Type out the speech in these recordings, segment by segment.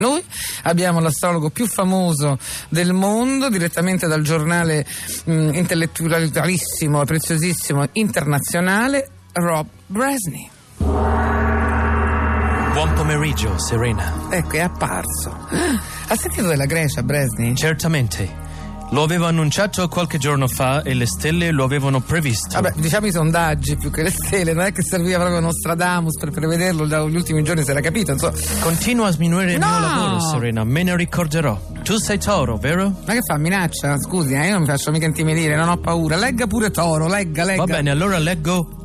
Noi abbiamo l'astrologo più famoso del mondo, direttamente dal giornale intellettualissimo e preziosissimo internazionale, Rob Brezsny. Buon pomeriggio, Serena. Ecco, è apparso. Ha sentito della Grecia, Brezsny? Certamente. Lo avevo annunciato qualche giorno fa e le stelle lo avevano previsto. Vabbè, diciamo i sondaggi più che le stelle, non è che serviva proprio Nostradamus per prevederlo, dagli ultimi giorni si era capito, insomma. Continua a sminuire il No! mio lavoro, Serena, me ne ricorderò. Tu sei Toro, vero? Ma che fa, minaccia? Scusi, io non mi faccio mica intimidire, non ho paura. Legga pure Toro, legga. Va bene, allora leggo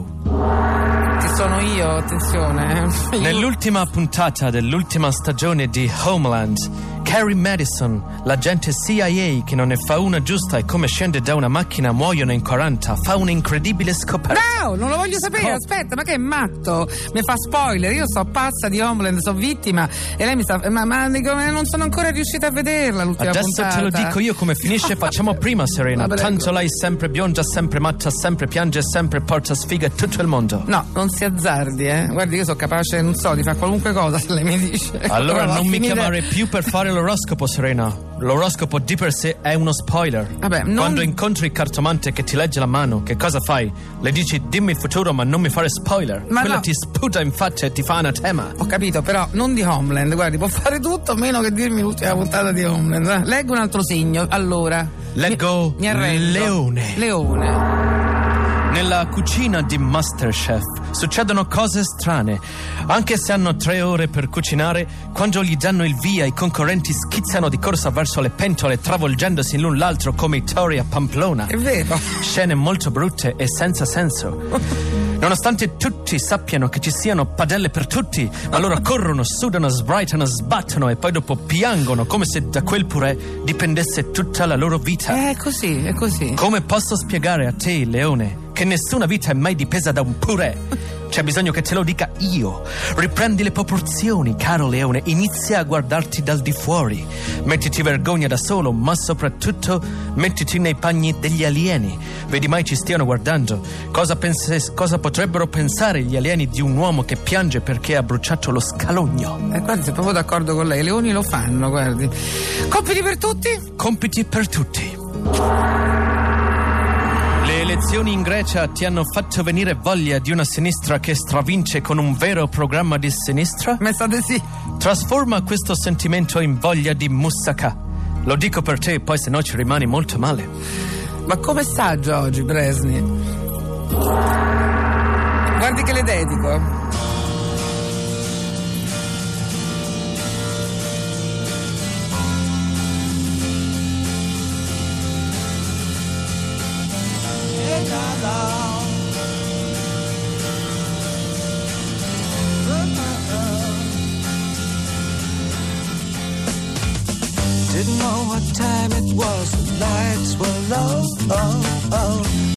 Toro. Che sono io, attenzione. Nell'ultima puntata dell'ultima stagione di Homeland, Carrie Madison, l'agente CIA che non ne fa una giusta e come scende da una macchina muoiono in 40, fa un'incredibile scoperta. No, non lo voglio sapere, aspetta, ma che è matto? Mi fa spoiler, io sto pazza di Homeland, sono vittima e lei mi sta... Ma non sono ancora riuscita a vederla l'ultima Adesso puntata. te lo dico io come finisce, facciamo prima, Serena. Tanto lei sempre bionda, sempre matta, sempre piange, sempre porta sfiga a tutto il mondo. No, non si azzardi, Guardi, io sono capace, non so, di fare qualunque cosa se lei mi dice. Allora non mi chiamare più per fare l'oroscopo, Serena. L'oroscopo di per sé è uno spoiler. Vabbè, Quando incontri il cartomante che ti legge la mano, che cosa fai? Le dici dimmi il futuro ma non mi fare spoiler. Ma Quella no. ti sputa in faccia e ti fa anatema. Ho capito, però non di Homeland, guardi, può fare tutto meno che dirmi l'ultima puntata di Homeland. Leggo un altro segno, allora. Leggo Mi arrendo. Leone. Nella cucina di Masterchef succedono cose strane. Anche se hanno 3 ore per cucinare, quando gli danno il via i concorrenti schizzano di corsa verso le pentole travolgendosi l'un l'altro come i tori a Pamplona. È vero. Scene molto brutte e senza senso. Nonostante tutti sappiano che ci siano padelle per tutti, ma loro corrono, sudano, sbraitano, sbattono e poi dopo piangono come se da quel purè dipendesse tutta la loro vita. È così. Come posso spiegare a te, Leone, che nessuna vita è mai dipesa da un purè? C'è bisogno che te lo dica io. Riprendi le proporzioni, caro Leone. Inizia a guardarti dal di fuori. Mettiti vergogna da solo, ma soprattutto mettiti nei panni degli alieni. Vedi mai ci stiano guardando. Cosa potrebbero pensare gli alieni di un uomo che piange perché ha bruciato lo scalogno? Guardi, sono proprio d'accordo con lei. I leoni lo fanno, guardi. Compiti per tutti? Compiti per tutti. Le elezioni in Grecia ti hanno fatto venire voglia di una sinistra che stravince con un vero programma di sinistra? Ma sa di sì. Trasforma questo sentimento in voglia di moussaka. Lo dico per te, poi se no ci rimani molto male. Ma come saggio oggi, Brezsny? Guardi che le dedico. Didn't know what time it was, the lights were low.